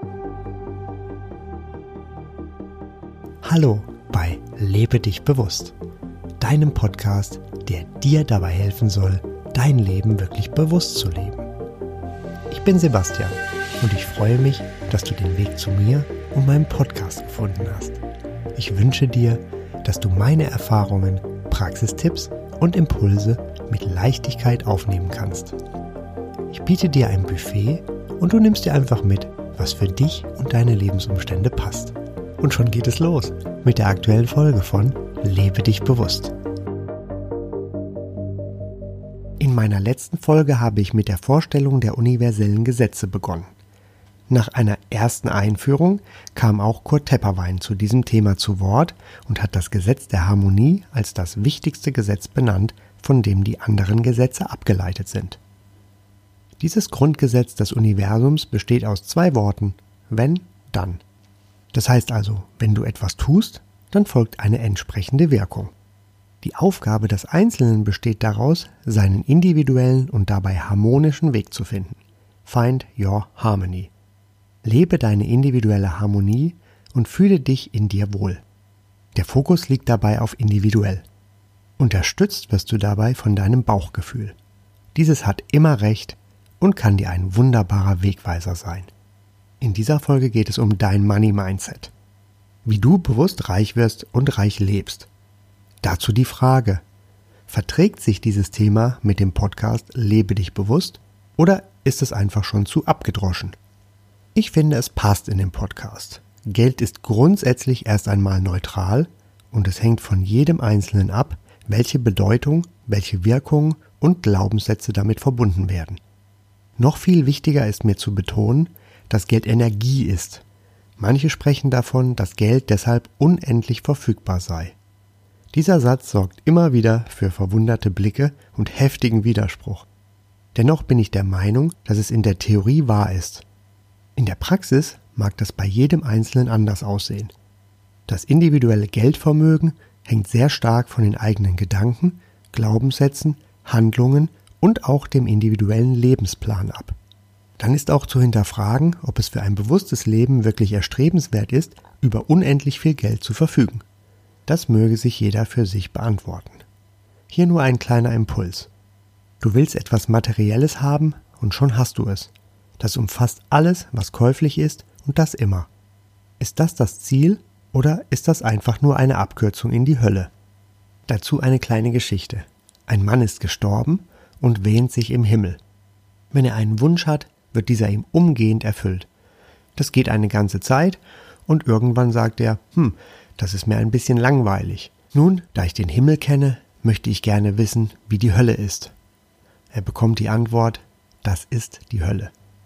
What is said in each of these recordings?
Hallo bei Lebe dich bewusst, deinem Podcast, der dir dabei helfen soll, dein Leben wirklich bewusst zu leben. Ich bin Sebastian und ich freue mich, dass du den Weg zu mir und meinem Podcast gefunden hast. Ich wünsche dir, dass du meine Erfahrungen, Praxistipps und Impulse mit Leichtigkeit aufnehmen kannst. Ich biete dir ein Buffet und du nimmst dir einfach mit, was für dich und deine Lebensumstände passt. Und schon geht es los mit der aktuellen Folge von Lebe dich bewusst. In meiner letzten Folge habe ich mit der Vorstellung der universellen Gesetze begonnen. Nach einer ersten Einführung kam auch Kurt Tepperwein zu diesem Thema zu Wort und hat das Gesetz der Harmonie als das wichtigste Gesetz benannt, von dem die anderen Gesetze abgeleitet sind. Dieses Grundgesetz des Universums besteht aus 2 Worten: wenn, dann. Das heißt also, wenn du etwas tust, dann folgt eine entsprechende Wirkung. Die Aufgabe des Einzelnen besteht daraus, seinen individuellen und dabei harmonischen Weg zu finden. Find your harmony. Lebe deine individuelle Harmonie und fühle dich in dir wohl. Der Fokus liegt dabei auf individuell. Unterstützt wirst du dabei von deinem Bauchgefühl. Dieses hat immer recht und kann dir ein wunderbarer Wegweiser sein. In dieser Folge geht es um dein Money-Mindset. Wie du bewusst reich wirst und reich lebst. Dazu die Frage: Verträgt sich dieses Thema mit dem Podcast Lebe dich bewusst oder ist es einfach schon zu abgedroschen? Ich finde, es passt in den Podcast. Geld ist grundsätzlich erst einmal neutral und es hängt von jedem Einzelnen ab, welche Bedeutung, welche Wirkung und Glaubenssätze damit verbunden werden. Noch viel wichtiger ist mir zu betonen, dass Geld Energie ist. Manche sprechen davon, dass Geld deshalb unendlich verfügbar sei. Dieser Satz sorgt immer wieder für verwunderte Blicke und heftigen Widerspruch. Dennoch bin ich der Meinung, dass es in der Theorie wahr ist. In der Praxis mag das bei jedem Einzelnen anders aussehen. Das individuelle Geldvermögen hängt sehr stark von den eigenen Gedanken, Glaubenssätzen, Handlungen und auch dem individuellen Lebensplan ab. Dann ist auch zu hinterfragen, ob es für ein bewusstes Leben wirklich erstrebenswert ist, über unendlich viel Geld zu verfügen. Das möge sich jeder für sich beantworten. Hier nur ein kleiner Impuls. Du willst etwas Materielles haben und schon hast du es. Das umfasst alles, was käuflich ist und das immer. Ist das das Ziel oder ist das einfach nur eine Abkürzung in die Hölle? Dazu eine kleine Geschichte. Ein Mann ist gestorben und wähnt sich im Himmel. Wenn er einen Wunsch hat, wird dieser ihm umgehend erfüllt. Das geht eine ganze Zeit und irgendwann sagt er, das ist mir ein bisschen langweilig. Nun, da ich den Himmel kenne, möchte ich gerne wissen, wie die Hölle ist. Er bekommt die Antwort, das ist die Hölle.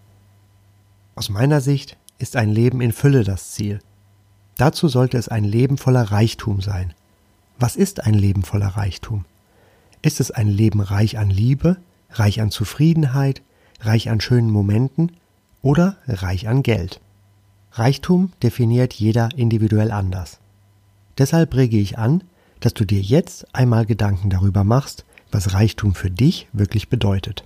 Aus meiner Sicht ist ein Leben in Fülle das Ziel. Dazu sollte es ein Leben voller Reichtum sein. Was ist ein Leben voller Reichtum? Ist es ein Leben reich an Liebe, reich an Zufriedenheit, reich an schönen Momenten oder reich an Geld? Reichtum definiert jeder individuell anders. Deshalb rege ich an, dass du dir jetzt einmal Gedanken darüber machst, was Reichtum für dich wirklich bedeutet.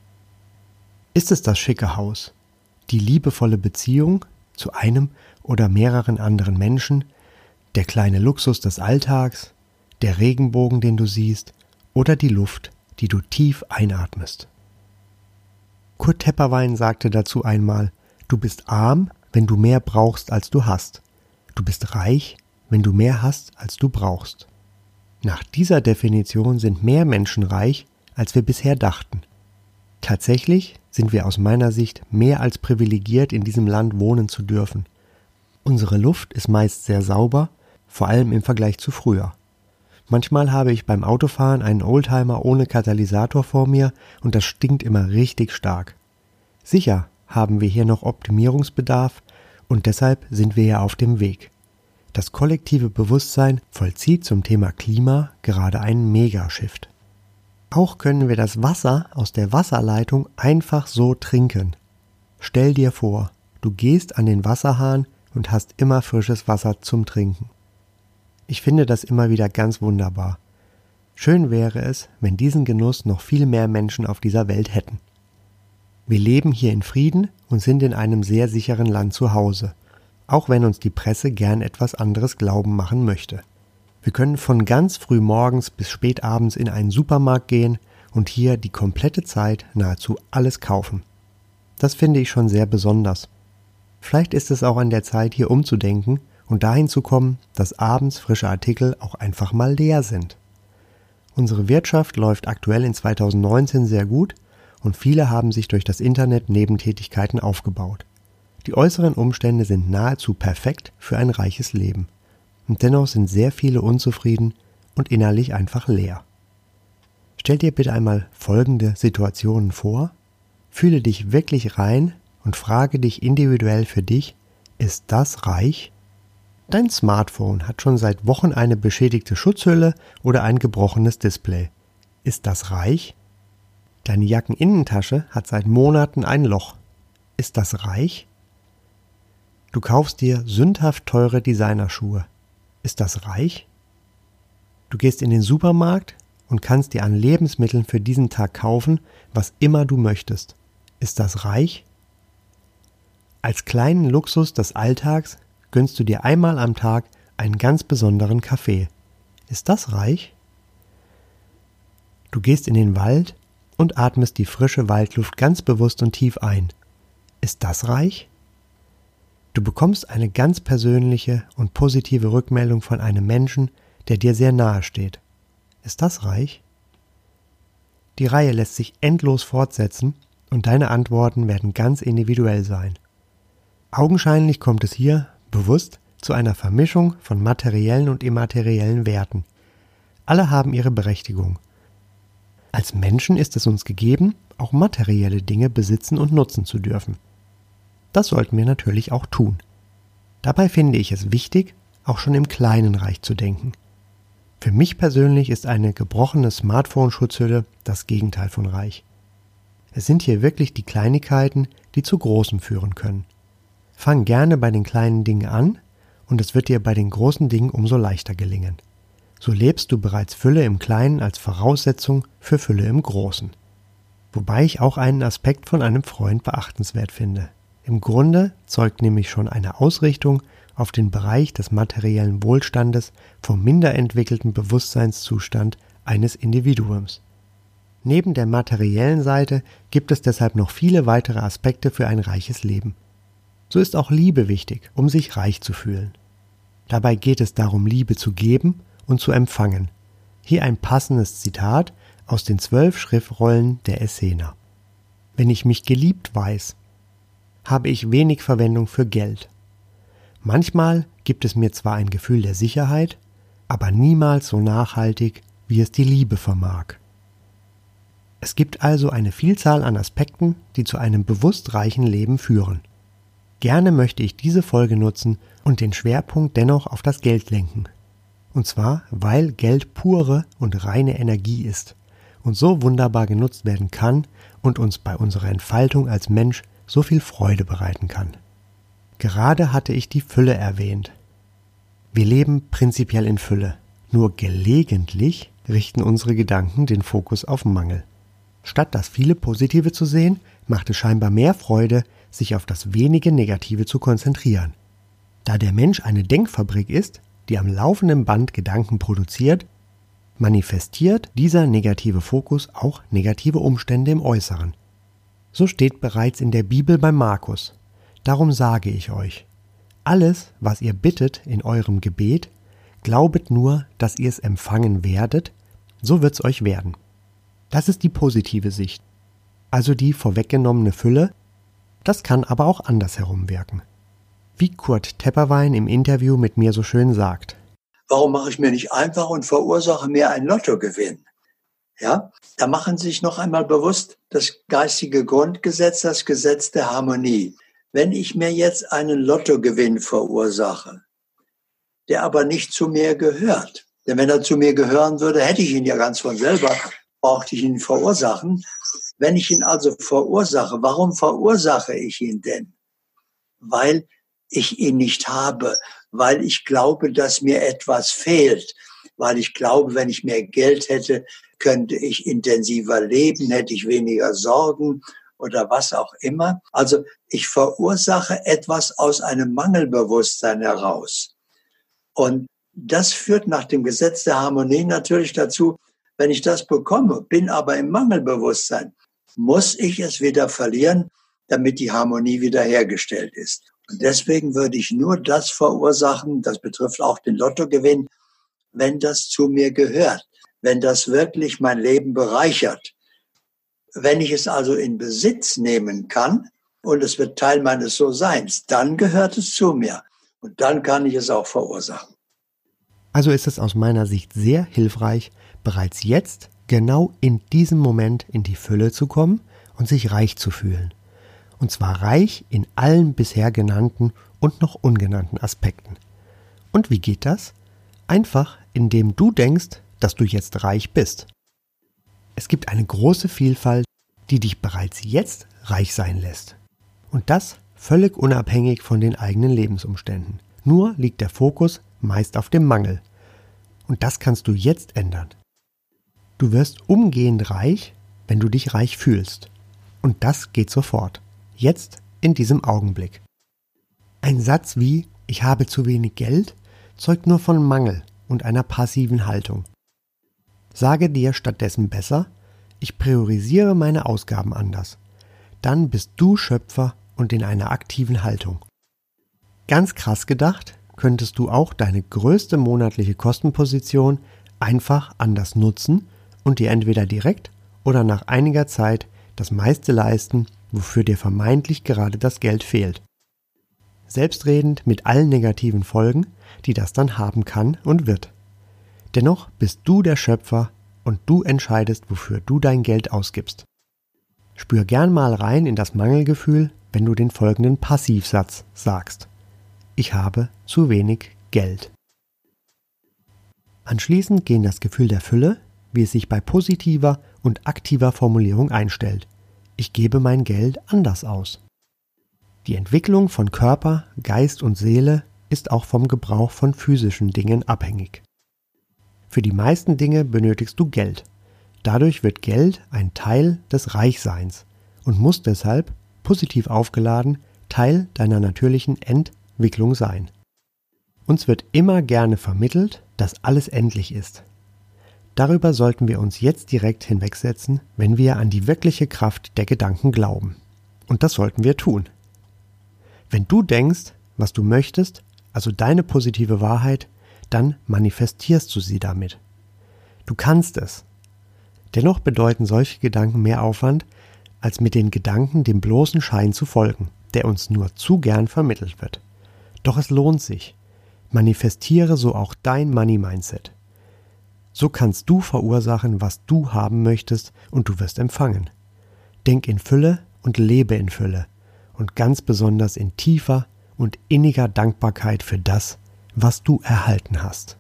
Ist es das schicke Haus, die liebevolle Beziehung zu einem oder mehreren anderen Menschen, der kleine Luxus des Alltags, der Regenbogen, den du siehst, oder die Luft, die du tief einatmest? Kurt Tepperwein sagte dazu einmal, du bist arm, wenn du mehr brauchst, als du hast. Du bist reich, wenn du mehr hast, als du brauchst. Nach dieser Definition sind mehr Menschen reich, als wir bisher dachten. Tatsächlich sind wir aus meiner Sicht mehr als privilegiert, in diesem Land wohnen zu dürfen. Unsere Luft ist meist sehr sauber, vor allem im Vergleich zu früher. Manchmal habe ich beim Autofahren einen Oldtimer ohne Katalysator vor mir und das stinkt immer richtig stark. Sicher haben wir hier noch Optimierungsbedarf und deshalb sind wir ja auf dem Weg. Das kollektive Bewusstsein vollzieht zum Thema Klima gerade einen Megashift. Auch können wir das Wasser aus der Wasserleitung einfach so trinken. Stell dir vor, du gehst an den Wasserhahn und hast immer frisches Wasser zum Trinken. Ich finde das immer wieder ganz wunderbar. Schön wäre es, wenn diesen Genuss noch viel mehr Menschen auf dieser Welt hätten. Wir leben hier in Frieden und sind in einem sehr sicheren Land zu Hause, auch wenn uns die Presse gern etwas anderes glauben machen möchte. Wir können von ganz früh morgens bis spät abends in einen Supermarkt gehen und hier die komplette Zeit nahezu alles kaufen. Das finde ich schon sehr besonders. Vielleicht ist es auch an der Zeit, hier umzudenken und dahin zu kommen, dass abends frische Artikel auch einfach mal leer sind. Unsere Wirtschaft läuft aktuell in 2019 sehr gut und viele haben sich durch das Internet Nebentätigkeiten aufgebaut. Die äußeren Umstände sind nahezu perfekt für ein reiches Leben. Und dennoch sind sehr viele unzufrieden und innerlich einfach leer. Stell dir bitte einmal folgende Situationen vor, fühle dich wirklich rein und frage dich individuell für dich, ist das reich? Dein Smartphone hat schon seit Wochen eine beschädigte Schutzhülle oder ein gebrochenes Display. Ist das reich? Deine Jackeninnentasche hat seit Monaten ein Loch. Ist das reich? Du kaufst dir sündhaft teure Designerschuhe. Ist das reich? Du gehst in den Supermarkt und kannst dir an Lebensmitteln für diesen Tag kaufen, was immer du möchtest. Ist das reich? Als kleinen Luxus des Alltags gönnst du dir einmal am Tag einen ganz besonderen Kaffee. Ist das reich? Du gehst in den Wald und atmest die frische Waldluft ganz bewusst und tief ein. Ist das reich? Du bekommst eine ganz persönliche und positive Rückmeldung von einem Menschen, der dir sehr nahe steht. Ist das reich? Die Reihe lässt sich endlos fortsetzen und deine Antworten werden ganz individuell sein. Augenscheinlich kommt es hier bewusst zu einer Vermischung von materiellen und immateriellen Werten. Alle haben ihre Berechtigung. Als Menschen ist es uns gegeben, auch materielle Dinge besitzen und nutzen zu dürfen. Das sollten wir natürlich auch tun. Dabei finde ich es wichtig, auch schon im Kleinen reich zu denken. Für mich persönlich ist eine gebrochene Smartphone-Schutzhülle das Gegenteil von reich. Es sind hier wirklich die Kleinigkeiten, die zu Großem führen können. Fang gerne bei den kleinen Dingen an und es wird dir bei den großen Dingen umso leichter gelingen. So lebst du bereits Fülle im Kleinen als Voraussetzung für Fülle im Großen. Wobei ich auch einen Aspekt von einem Freund beachtenswert finde. Im Grunde zeugt nämlich schon eine Ausrichtung auf den Bereich des materiellen Wohlstandes vom minder entwickelten Bewusstseinszustand eines Individuums. Neben der materiellen Seite gibt es deshalb noch viele weitere Aspekte für ein reiches Leben. So ist auch Liebe wichtig, um sich reich zu fühlen. Dabei geht es darum, Liebe zu geben und zu empfangen. Hier ein passendes Zitat aus den 12 Schriftrollen der Essener. Wenn ich mich geliebt weiß, habe ich wenig Verwendung für Geld. Manchmal gibt es mir zwar ein Gefühl der Sicherheit, aber niemals so nachhaltig, wie es die Liebe vermag. Es gibt also eine Vielzahl an Aspekten, die zu einem bewusst reichen Leben führen. Gerne möchte ich diese Folge nutzen und den Schwerpunkt dennoch auf das Geld lenken. Und zwar, weil Geld pure und reine Energie ist und so wunderbar genutzt werden kann und uns bei unserer Entfaltung als Mensch so viel Freude bereiten kann. Gerade hatte ich die Fülle erwähnt. Wir leben prinzipiell in Fülle, nur gelegentlich richten unsere Gedanken den Fokus auf Mangel. Statt das viele Positive zu sehen, macht es scheinbar mehr Freude, sich auf das wenige Negative zu konzentrieren. Da der Mensch eine Denkfabrik ist, die am laufenden Band Gedanken produziert, manifestiert dieser negative Fokus auch negative Umstände im Äußeren. So steht bereits in der Bibel bei Markus. Darum sage ich euch, alles, was ihr bittet in eurem Gebet, glaubet nur, dass ihr es empfangen werdet, so wird's euch werden. Das ist die positive Sicht, also die vorweggenommene Fülle. Das kann aber auch andersherum wirken. Wie Kurt Tepperwein im Interview mit mir so schön sagt. Warum mache ich mir nicht einfach und verursache mir einen Lottogewinn? Ja, da machen Sie sich noch einmal bewusst das geistige Grundgesetz, das Gesetz der Harmonie. Wenn ich mir jetzt einen Lottogewinn verursache, der aber nicht zu mir gehört, denn wenn er zu mir gehören würde, hätte ich ihn ja ganz von selber, brauchte ich ihn verursachen. Wenn ich ihn also verursache, warum verursache ich ihn denn? Weil ich ihn nicht habe, weil ich glaube, dass mir etwas fehlt, weil ich glaube, wenn ich mehr Geld hätte, könnte ich intensiver leben, hätte ich weniger Sorgen oder was auch immer. Also ich verursache etwas aus einem Mangelbewusstsein heraus. Und das führt nach dem Gesetz der Harmonie natürlich dazu, wenn ich das bekomme, bin aber im Mangelbewusstsein, muss ich es wieder verlieren, damit die Harmonie wiederhergestellt ist. Und deswegen würde ich nur das verursachen, das betrifft auch den Lottogewinn, wenn das zu mir gehört, wenn das wirklich mein Leben bereichert. Wenn ich es also in Besitz nehmen kann und es wird Teil meines So-Seins, dann gehört es zu mir und dann kann ich es auch verursachen. Also ist es aus meiner Sicht sehr hilfreich, bereits jetzt, genau in diesem Moment in die Fülle zu kommen und sich reich zu fühlen. Und zwar reich in allen bisher genannten und noch ungenannten Aspekten. Und wie geht das? Einfach, indem du denkst, dass du jetzt reich bist. Es gibt eine große Vielfalt, die dich bereits jetzt reich sein lässt. Und das völlig unabhängig von den eigenen Lebensumständen. Nur liegt der Fokus meist auf dem Mangel. Und das kannst du jetzt ändern. Du wirst umgehend reich, wenn du dich reich fühlst. Und das geht sofort. Jetzt, in diesem Augenblick. Ein Satz wie „Ich habe zu wenig Geld“ zeugt nur von Mangel und einer passiven Haltung. Sage dir stattdessen besser: Ich priorisiere meine Ausgaben anders. Dann bist du Schöpfer und in einer aktiven Haltung. Ganz krass gedacht, könntest du auch deine größte monatliche Kostenposition einfach anders nutzen und dir entweder direkt oder nach einiger Zeit das meiste leisten, wofür dir vermeintlich gerade das Geld fehlt. Selbstredend mit allen negativen Folgen, die das dann haben kann und wird. Dennoch bist du der Schöpfer und du entscheidest, wofür du dein Geld ausgibst. Spür gern mal rein in das Mangelgefühl, wenn du den folgenden Passivsatz sagst: Ich habe zu wenig Geld. Anschließend gehen das Gefühl der Fülle, wie es sich bei positiver und aktiver Formulierung einstellt. Ich gebe mein Geld anders aus. Die Entwicklung von Körper, Geist und Seele ist auch vom Gebrauch von physischen Dingen abhängig. Für die meisten Dinge benötigst du Geld. Dadurch wird Geld ein Teil des Reichseins und muss deshalb, positiv aufgeladen, Teil deiner natürlichen Entwicklung sein. Uns wird immer gerne vermittelt, dass alles endlich ist. Darüber sollten wir uns jetzt direkt hinwegsetzen, wenn wir an die wirkliche Kraft der Gedanken glauben. Und das sollten wir tun. Wenn du denkst, was du möchtest, also deine positive Wahrheit, dann manifestierst du sie damit. Du kannst es. Dennoch bedeuten solche Gedanken mehr Aufwand, als mit den Gedanken dem bloßen Schein zu folgen, der uns nur zu gern vermittelt wird. Doch es lohnt sich. Manifestiere so auch dein Money-Mindset. So kannst du verursachen, was du haben möchtest, und du wirst empfangen. Denk in Fülle und lebe in Fülle und ganz besonders in tiefer und inniger Dankbarkeit für das, was du erhalten hast.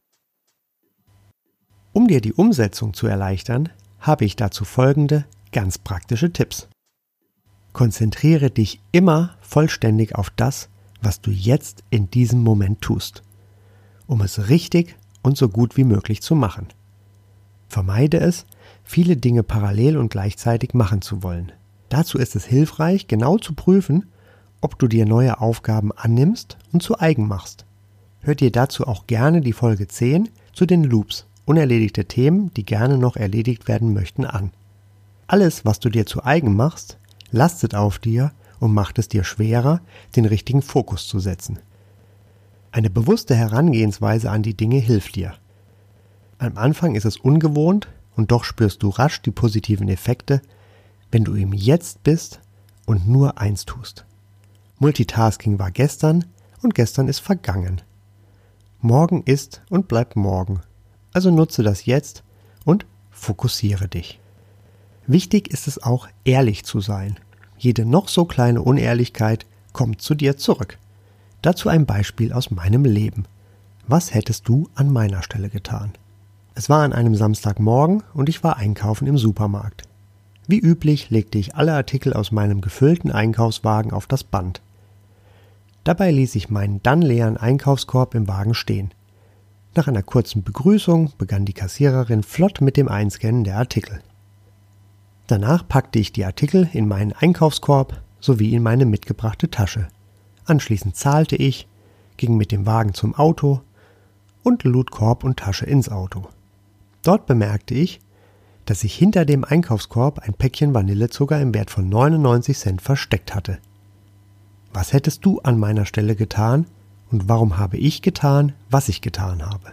Um dir die Umsetzung zu erleichtern, habe ich dazu folgende ganz praktische Tipps. Konzentriere dich immer vollständig auf das, was du jetzt in diesem Moment tust, um es richtig und so gut wie möglich zu machen. Vermeide es, viele Dinge parallel und gleichzeitig machen zu wollen. Dazu ist es hilfreich, genau zu prüfen, ob du dir neue Aufgaben annimmst und zu eigen machst. Hör dir dazu auch gerne die Folge 10 zu den Loops, unerledigte Themen, die gerne noch erledigt werden möchten, an. Alles, was du dir zu eigen machst, lastet auf dir und macht es dir schwerer, den richtigen Fokus zu setzen. Eine bewusste Herangehensweise an die Dinge hilft dir. Am Anfang ist es ungewohnt und doch spürst du rasch die positiven Effekte, wenn du im Jetzt bist und nur eins tust. Multitasking war gestern und gestern ist vergangen. Morgen ist und bleibt morgen. Also nutze das jetzt und fokussiere dich. Wichtig ist es auch, ehrlich zu sein. Jede noch so kleine Unehrlichkeit kommt zu dir zurück. Dazu ein Beispiel aus meinem Leben. Was hättest du an meiner Stelle getan? Es war an einem Samstagmorgen und ich war einkaufen im Supermarkt. Wie üblich legte ich alle Artikel aus meinem gefüllten Einkaufswagen auf das Band. Dabei ließ ich meinen dann leeren Einkaufskorb im Wagen stehen. Nach einer kurzen Begrüßung begann die Kassiererin flott mit dem Einscannen der Artikel. Danach packte ich die Artikel in meinen Einkaufskorb sowie in meine mitgebrachte Tasche. Anschließend zahlte ich, ging mit dem Wagen zum Auto und lud Korb und Tasche ins Auto. Dort bemerkte ich, dass sich hinter dem Einkaufskorb ein Päckchen Vanillezucker im Wert von 99 Cent versteckt hatte. Was hättest du an meiner Stelle getan und warum habe ich getan, was ich getan habe?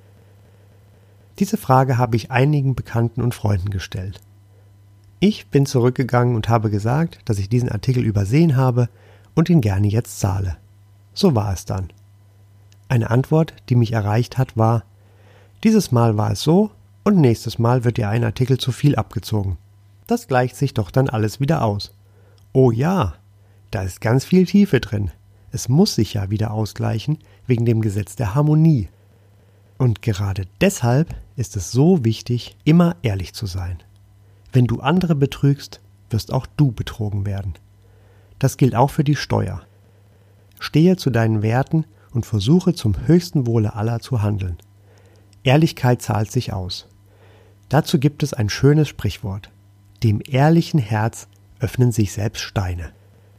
Diese Frage habe ich einigen Bekannten und Freunden gestellt. Ich bin zurückgegangen und habe gesagt, dass ich diesen Artikel übersehen habe und ihn gerne jetzt zahle. So war es dann. Eine Antwort, die mich erreicht hat, war: Dieses Mal war es so und nächstes Mal wird dir ein Artikel zu viel abgezogen. Das gleicht sich doch dann alles wieder aus. Oh ja, da ist ganz viel Tiefe drin. Es muss sich ja wieder ausgleichen wegen dem Gesetz der Harmonie. Und gerade deshalb ist es so wichtig, immer ehrlich zu sein. Wenn du andere betrügst, wirst auch du betrogen werden. Das gilt auch für die Steuer. Stehe zu deinen Werten und versuche zum höchsten Wohle aller zu handeln. Ehrlichkeit zahlt sich aus. Dazu gibt es ein schönes Sprichwort: Dem ehrlichen Herz öffnen sich selbst Steine.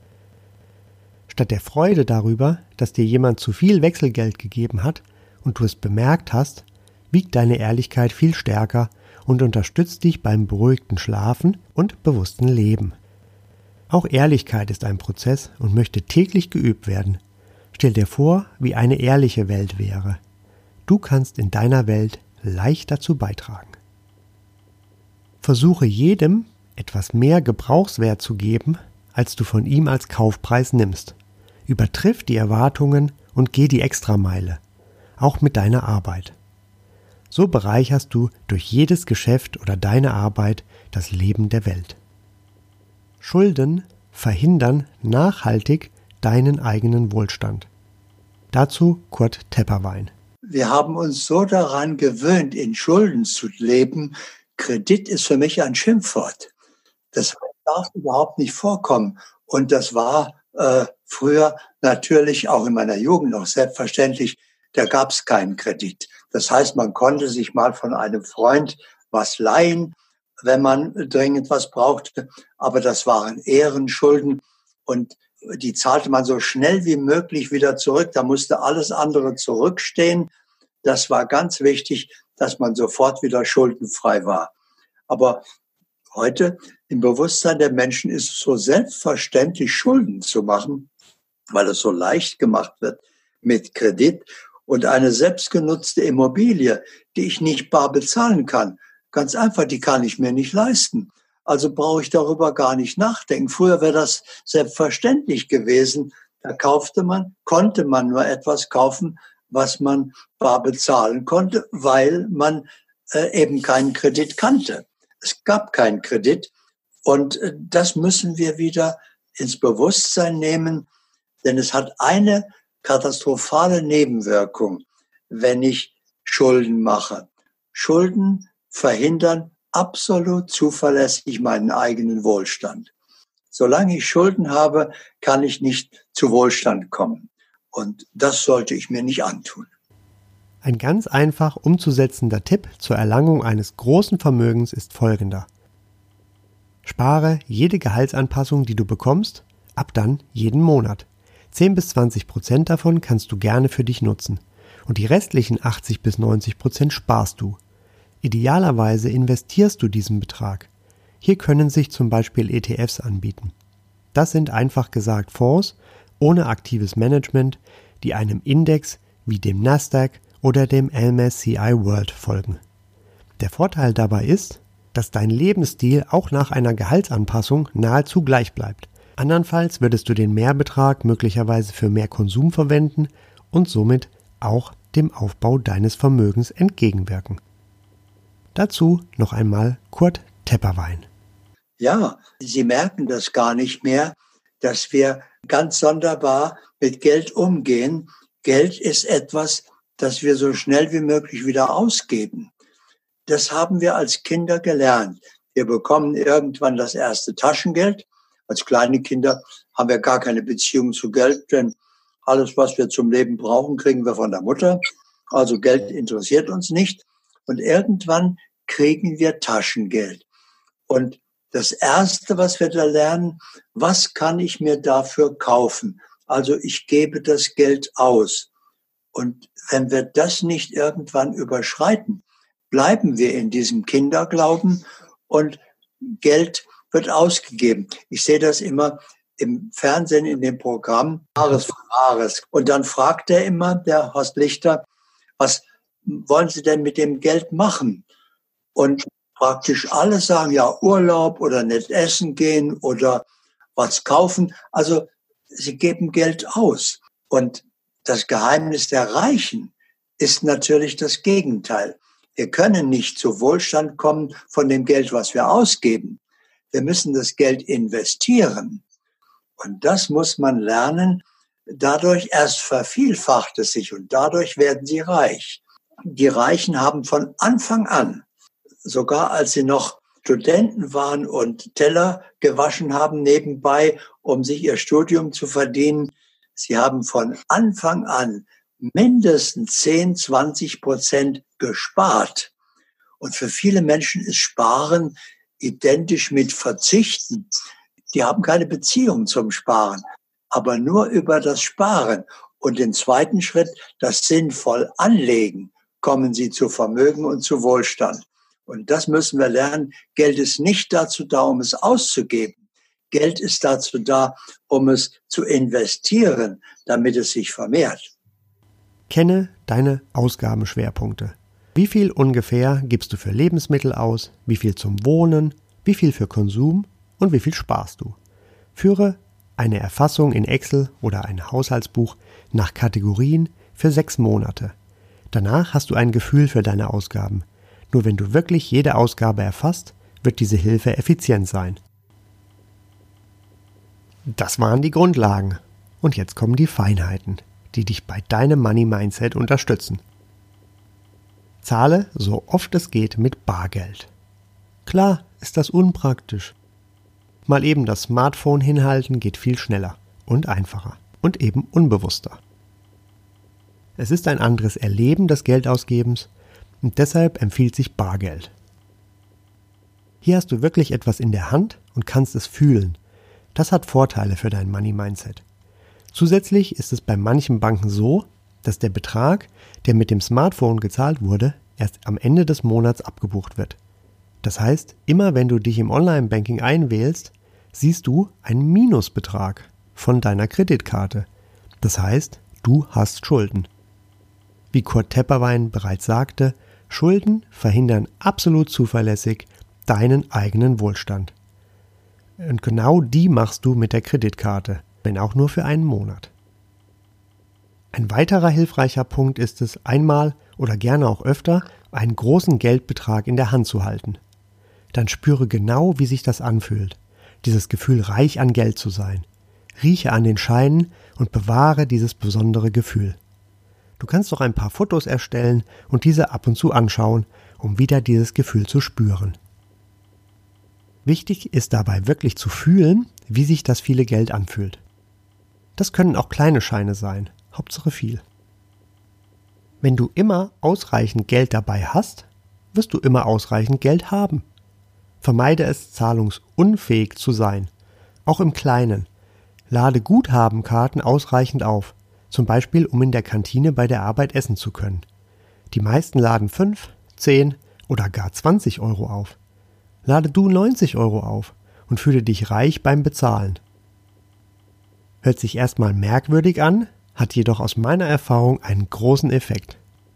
Statt der Freude darüber, dass dir jemand zu viel Wechselgeld gegeben hat und du es bemerkt hast, wiegt deine Ehrlichkeit viel stärker und unterstützt dich beim beruhigten Schlafen und bewussten Leben. Auch Ehrlichkeit ist ein Prozess und möchte täglich geübt werden. Stell dir vor, wie eine ehrliche Welt wäre. Du kannst in deiner Welt leicht dazu beitragen. Versuche jedem etwas mehr Gebrauchswert zu geben, als du von ihm als Kaufpreis nimmst. Übertriff die Erwartungen und geh die Extrameile, auch mit deiner Arbeit. So bereicherst du durch jedes Geschäft oder deine Arbeit das Leben der Welt. Schulden verhindern nachhaltig deinen eigenen Wohlstand. Dazu Kurt Tepperwein. Wir haben uns so daran gewöhnt, in Schulden zu leben. Kredit ist für mich ein Schimpfwort. Das darf überhaupt nicht vorkommen. Und das war früher natürlich auch in meiner Jugend noch selbstverständlich. Da gab es keinen Kredit. Das heißt, man konnte sich mal von einem Freund was leihen, wenn man dringend was brauchte. Aber das waren Ehrenschulden und die zahlte man so schnell wie möglich wieder zurück. Da musste alles andere zurückstehen. Das war ganz wichtig, dass man sofort wieder schuldenfrei war. Aber heute im Bewusstsein der Menschen ist es so selbstverständlich, Schulden zu machen, weil es so leicht gemacht wird mit Kredit. Und eine selbstgenutzte Immobilie, die ich nicht bar bezahlen kann, ganz einfach, die kann ich mir nicht leisten. Also brauche ich darüber gar nicht nachdenken. Früher wäre das selbstverständlich gewesen. Da konnte man nur etwas kaufen, was man bar bezahlen konnte, weil man eben keinen Kredit kannte. Es gab keinen Kredit. Und das müssen wir wieder ins Bewusstsein nehmen, denn es hat eine katastrophale Nebenwirkung, wenn ich Schulden mache. Schulden verhindern absolut zuverlässig meinen eigenen Wohlstand. Solange ich Schulden habe, kann ich nicht zu Wohlstand kommen. Und das sollte ich mir nicht antun. Ein ganz einfach umzusetzender Tipp zur Erlangung eines großen Vermögens ist folgender: Spare jede Gehaltsanpassung, die du bekommst, ab dann jeden Monat. 10-20% davon kannst du gerne für dich nutzen und die restlichen 80-90% sparst du. Idealerweise investierst du diesen Betrag. Hier können sich zum Beispiel ETFs anbieten. Das sind einfach gesagt Fonds ohne aktives Management, die einem Index wie dem Nasdaq oder dem MSCI World folgen. Der Vorteil dabei ist, dass dein Lebensstil auch nach einer Gehaltsanpassung nahezu gleich bleibt. Andernfalls würdest du den Mehrbetrag möglicherweise für mehr Konsum verwenden und somit auch dem Aufbau deines Vermögens entgegenwirken. Dazu noch einmal Kurt Tepperwein. Ja, Sie merken das gar nicht mehr, dass wir ganz sonderbar mit Geld umgehen. Geld ist etwas, das wir so schnell wie möglich wieder ausgeben. Das haben wir als Kinder gelernt. Wir bekommen irgendwann das erste Taschengeld. Als kleine Kinder haben wir gar keine Beziehung zu Geld, denn alles, was wir zum Leben brauchen, kriegen wir von der Mutter. Also Geld interessiert uns nicht. Und irgendwann kriegen wir Taschengeld. Und Das Erste, was wir da lernen, was kann ich mir dafür kaufen? Also ich gebe das Geld aus. Und wenn wir das nicht irgendwann überschreiten, bleiben wir in diesem Kinderglauben und Geld wird ausgegeben. Ich sehe das immer im Fernsehen, in dem Programm, Wahres für Wahres. Und dann fragt er immer, der Horst Lichter, was wollen Sie denn mit dem Geld machen? Und praktisch alle sagen, ja, Urlaub oder nicht essen gehen oder was kaufen. Also sie geben Geld aus. Und das Geheimnis der Reichen ist natürlich das Gegenteil. Wir können nicht zu Wohlstand kommen von dem Geld, was wir ausgeben. Wir müssen das Geld investieren. Und das muss man lernen. Dadurch erst vervielfacht es sich und dadurch werden sie reich. Die Reichen haben von Anfang an, sogar als sie noch Studenten waren und Teller gewaschen haben nebenbei, um sich ihr Studium zu verdienen, sie haben von Anfang an mindestens 10-20% gespart. Und für viele Menschen ist Sparen identisch mit Verzichten. Die haben keine Beziehung zum Sparen, aber nur über das Sparen. Und den zweiten Schritt, das sinnvoll Anlegen, kommen sie zu Vermögen und zu Wohlstand. Und das müssen wir lernen. Geld ist nicht dazu da, um es auszugeben. Geld ist dazu da, um es zu investieren, damit es sich vermehrt. Kenne deine Ausgabenschwerpunkte. Wie viel ungefähr gibst du für Lebensmittel aus, wie viel zum Wohnen, wie viel für Konsum und wie viel sparst du? Führe eine Erfassung in Excel oder ein Haushaltsbuch nach Kategorien für 6 Monate. Danach hast du ein Gefühl für deine Ausgaben. Nur wenn du wirklich jede Ausgabe erfasst, wird diese Hilfe effizient sein. Das waren die Grundlagen. Und jetzt kommen die Feinheiten, die dich bei deinem Money Mindset unterstützen. Zahle so oft es geht mit Bargeld. Klar ist das unpraktisch. Mal eben das Smartphone hinhalten geht viel schneller und einfacher und eben unbewusster. Es ist ein anderes Erleben des Geldausgebens und deshalb empfiehlt sich Bargeld. Hier hast du wirklich etwas in der Hand und kannst es fühlen. Das hat Vorteile für dein Money Mindset. Zusätzlich ist es bei manchen Banken so, dass der Betrag, der mit dem Smartphone gezahlt wurde, erst am Ende des Monats abgebucht wird. Das heißt, immer wenn du dich im Online-Banking einwählst, siehst du einen Minusbetrag von deiner Kreditkarte. Das heißt, du hast Schulden. Wie Kurt Tepperwein bereits sagte, Schulden verhindern absolut zuverlässig deinen eigenen Wohlstand. Und genau die machst du mit der Kreditkarte, wenn auch nur für einen Monat. Ein weiterer hilfreicher Punkt ist es, einmal oder gerne auch öfter einen großen Geldbetrag in der Hand zu halten. Dann spüre genau, wie sich das anfühlt. Dieses Gefühl, reich an Geld zu sein. Rieche an den Scheinen und bewahre dieses besondere Gefühl. Du kannst auch ein paar Fotos erstellen und diese ab und zu anschauen, um wieder dieses Gefühl zu spüren. Wichtig ist dabei wirklich zu fühlen, wie sich das viele Geld anfühlt. Das können auch kleine Scheine sein, Hauptsache viel. Wenn du immer ausreichend Geld dabei hast, wirst du immer ausreichend Geld haben. Vermeide es, zahlungsunfähig zu sein, auch im Kleinen. Lade Guthabenkarten ausreichend auf, zum Beispiel um in der Kantine bei der Arbeit essen zu können. Die meisten laden 5, 10 oder gar 20 Euro auf. Lade du 90 Euro auf und fühle dich reich beim Bezahlen. Hört sich erstmal merkwürdig an, hat jedoch aus meiner Erfahrung einen großen Effekt.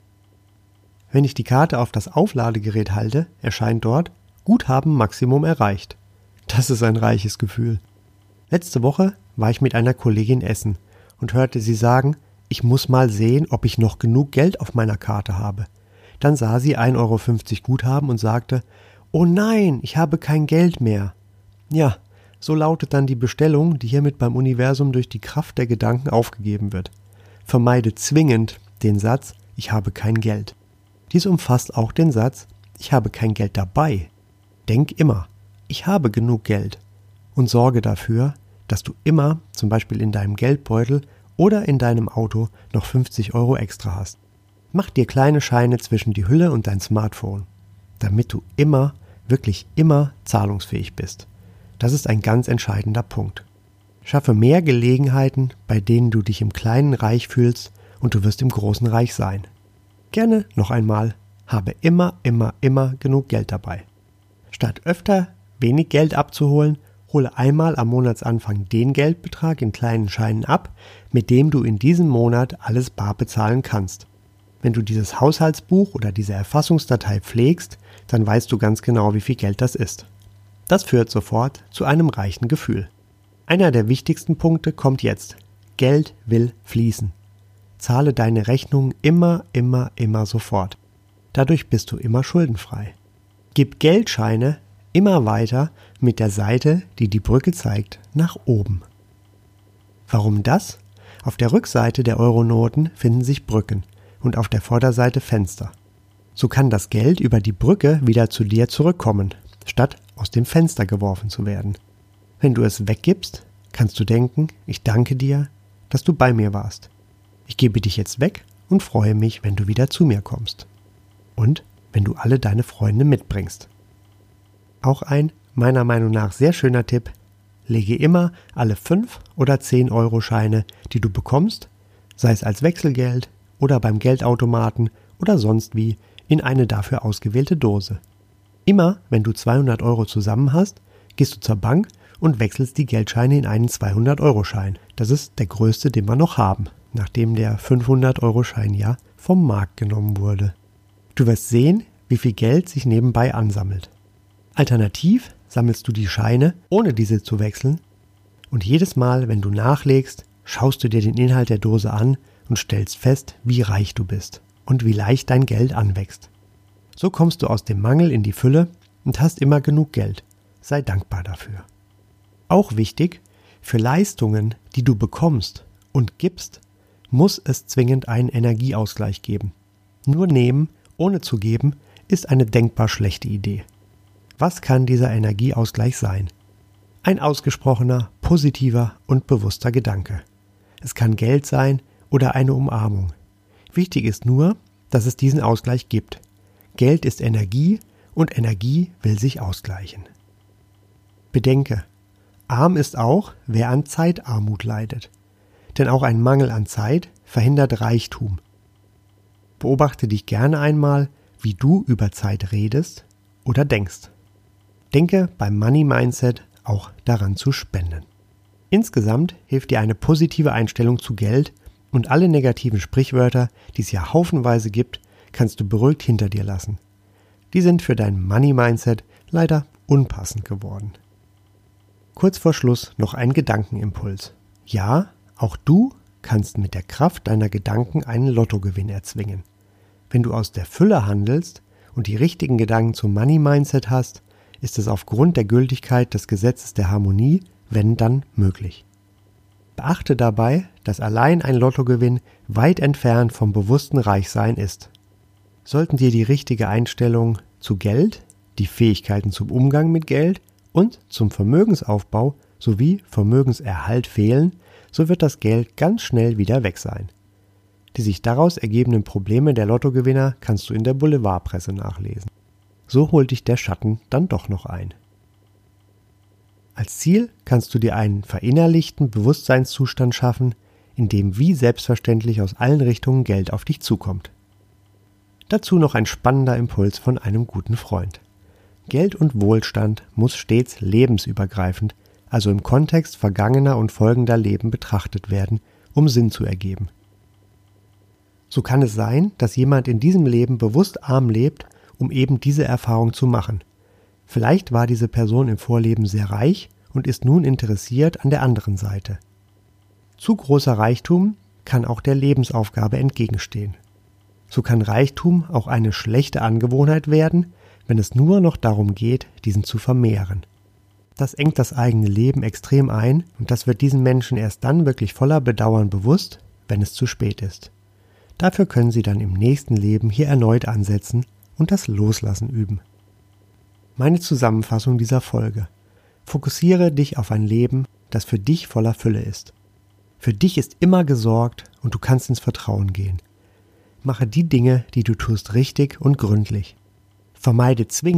Wenn ich die Karte auf das Aufladegerät halte, erscheint dort Guthaben Maximum erreicht. Das ist ein reiches Gefühl. Letzte Woche war ich mit einer Kollegin essen und hörte sie sagen, ich muss mal sehen, ob ich noch genug Geld auf meiner Karte habe. Dann sah sie 1,50 Euro Guthaben und sagte, oh nein, ich habe kein Geld mehr. Ja, so lautet dann die Bestellung, die hiermit beim Universum durch die Kraft der Gedanken aufgegeben wird. Vermeide zwingend den Satz, ich habe kein Geld. Dies umfasst auch den Satz, ich habe kein Geld dabei. Denk immer, ich habe genug Geld und sorge dafür, dass du immer, zum Beispiel in deinem Geldbeutel oder in deinem Auto, noch 50 Euro extra hast. Mach dir kleine Scheine zwischen die Hülle und dein Smartphone, damit du immer wirklich immer zahlungsfähig bist. Das ist ein ganz entscheidender Punkt. Schaffe mehr Gelegenheiten, bei denen du dich im Kleinen reich fühlst und du wirst im Großen reich sein. Gerne noch einmal, habe immer genug Geld dabei. Statt öfter wenig Geld abzuholen, hole einmal am Monatsanfang den Geldbetrag in kleinen Scheinen ab, mit dem du in diesem Monat alles bar bezahlen kannst. Wenn du dieses Haushaltsbuch oder diese Erfassungsdatei pflegst, dann weißt du ganz genau, wie viel Geld das ist. Das führt sofort zu einem reichen Gefühl. Einer der wichtigsten Punkte kommt jetzt. Geld will fließen. Zahle deine Rechnungen immer sofort. Dadurch bist du immer schuldenfrei. Gib Geldscheine immer weiter mit der Seite, die die Brücke zeigt, nach oben. Warum das? Auf der Rückseite der Euronoten finden sich Brücken und auf der Vorderseite Fenster. So kann das Geld über die Brücke wieder zu dir zurückkommen, statt aus dem Fenster geworfen zu werden. Wenn du es weggibst, kannst du denken, ich danke dir, dass du bei mir warst. Ich gebe dich jetzt weg und freue mich, wenn du wieder zu mir kommst. Und wenn du alle deine Freunde mitbringst. Auch ein, meiner Meinung nach, sehr schöner Tipp: Lege immer alle 5 oder 10 Euro Scheine, die du bekommst, sei es als Wechselgeld oder beim Geldautomaten oder sonst wie, in eine dafür ausgewählte Dose. Immer, wenn du 200 Euro zusammen hast, gehst du zur Bank und wechselst die Geldscheine in einen 200-Euro-Schein. Das ist der größte, den wir noch haben, nachdem der 500-Euro-Schein ja vom Markt genommen wurde. Du wirst sehen, wie viel Geld sich nebenbei ansammelt. Alternativ sammelst du die Scheine, ohne diese zu wechseln, und jedes Mal, wenn du nachlegst, schaust du dir den Inhalt der Dose an und stellst fest, wie reich du bist und wie leicht dein Geld anwächst. So kommst du aus dem Mangel in die Fülle und hast immer genug Geld. Sei dankbar dafür. Auch wichtig, für Leistungen, die du bekommst und gibst, muss es zwingend einen Energieausgleich geben. Nur nehmen, ohne zu geben, ist eine denkbar schlechte Idee. Was kann dieser Energieausgleich sein? Ein ausgesprochener, positiver und bewusster Gedanke. Es kann Geld sein oder eine Umarmung. Wichtig ist nur, dass es diesen Ausgleich gibt. Geld ist Energie und Energie will sich ausgleichen. Bedenke, arm ist auch, wer an Zeitarmut leidet. Denn auch ein Mangel an Zeit verhindert Reichtum. Beobachte dich gerne einmal, wie du über Zeit redest oder denkst. Denke beim Money Mindset auch daran zu spenden. Insgesamt hilft dir eine positive Einstellung zu Geld und alle negativen Sprichwörter, die es ja haufenweise gibt, kannst du beruhigt hinter dir lassen. Die sind für dein Money Mindset leider unpassend geworden. Kurz vor Schluss noch ein Gedankenimpuls. Ja, auch du kannst mit der Kraft deiner Gedanken einen Lottogewinn erzwingen. Wenn du aus der Fülle handelst und die richtigen Gedanken zum Money Mindset hast, ist es aufgrund der Gültigkeit des Gesetzes der Harmonie, wenn dann, möglich. Beachte dabei, dass allein ein Lottogewinn weit entfernt vom bewussten Reichsein ist. Sollten dir die richtige Einstellung zu Geld, die Fähigkeiten zum Umgang mit Geld und zum Vermögensaufbau sowie Vermögenserhalt fehlen, so wird das Geld ganz schnell wieder weg sein. Die sich daraus ergebenden Probleme der Lottogewinner kannst du in der Boulevardpresse nachlesen. So holt dich der Schatten dann doch noch ein. Als Ziel kannst du dir einen verinnerlichten Bewusstseinszustand schaffen, in dem wie selbstverständlich aus allen Richtungen Geld auf dich zukommt. Dazu noch ein spannender Impuls von einem guten Freund. Geld und Wohlstand muss stets lebensübergreifend, also im Kontext vergangener und folgender Leben betrachtet werden, um Sinn zu ergeben. So kann es sein, dass jemand in diesem Leben bewusst arm lebt, um eben diese Erfahrung zu machen. Vielleicht war diese Person im Vorleben sehr reich und ist nun interessiert an der anderen Seite. Zu großer Reichtum kann auch der Lebensaufgabe entgegenstehen. So kann Reichtum auch eine schlechte Angewohnheit werden, wenn es nur noch darum geht, diesen zu vermehren. Das engt das eigene Leben extrem ein und das wird diesen Menschen erst dann wirklich voller Bedauern bewusst, wenn es zu spät ist. Dafür können sie dann im nächsten Leben hier erneut ansetzen und das Loslassen üben. Meine Zusammenfassung dieser Folge: Fokussiere dich auf ein Leben, das für dich voller Fülle ist. Für dich ist immer gesorgt und du kannst ins Vertrauen gehen. Mache die Dinge, die du tust, richtig und gründlich. Vermeide zwingend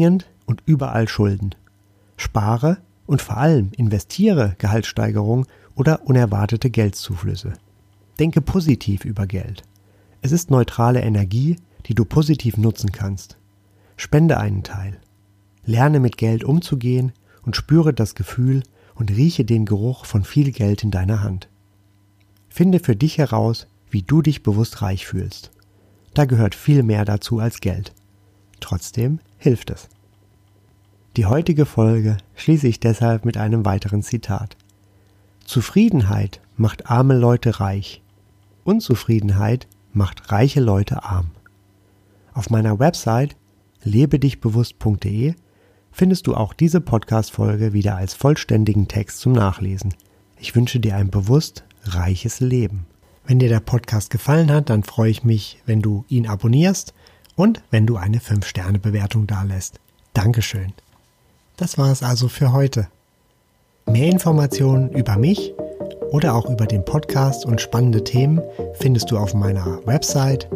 und überall Schulden. Spare und vor allem investiere Gehaltssteigerung oder unerwartete Geldzuflüsse. Denke positiv über Geld. Es ist neutrale Energie, die du positiv nutzen kannst. Spende einen Teil. Lerne mit Geld umzugehen und spüre das Gefühl und rieche den Geruch von viel Geld in deiner Hand. Finde für dich heraus, wie du dich bewusst reich fühlst. Da gehört viel mehr dazu als Geld. Trotzdem hilft es. Die heutige Folge schließe ich deshalb mit einem weiteren Zitat. Zufriedenheit macht arme Leute reich. Unzufriedenheit macht reiche Leute arm. Auf meiner Website lebedichbewusst.de findest du auch diese Podcast-Folge wieder als vollständigen Text zum Nachlesen. Ich wünsche dir ein bewusst reiches Leben. Wenn dir der Podcast gefallen hat, dann freue ich mich, wenn du ihn abonnierst und wenn du eine 5-Sterne-Bewertung dalässt. Dankeschön. Das war es also für heute. Mehr Informationen über mich oder auch über den Podcast und spannende Themen findest du auf meiner Website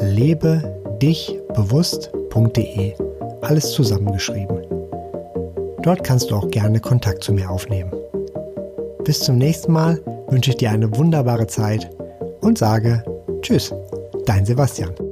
lebedichbewusst.de. Alles zusammengeschrieben. Dort kannst du auch gerne Kontakt zu mir aufnehmen. Bis zum nächsten Mal wünsche ich dir eine wunderbare Zeit und sage Tschüss, dein Sebastian.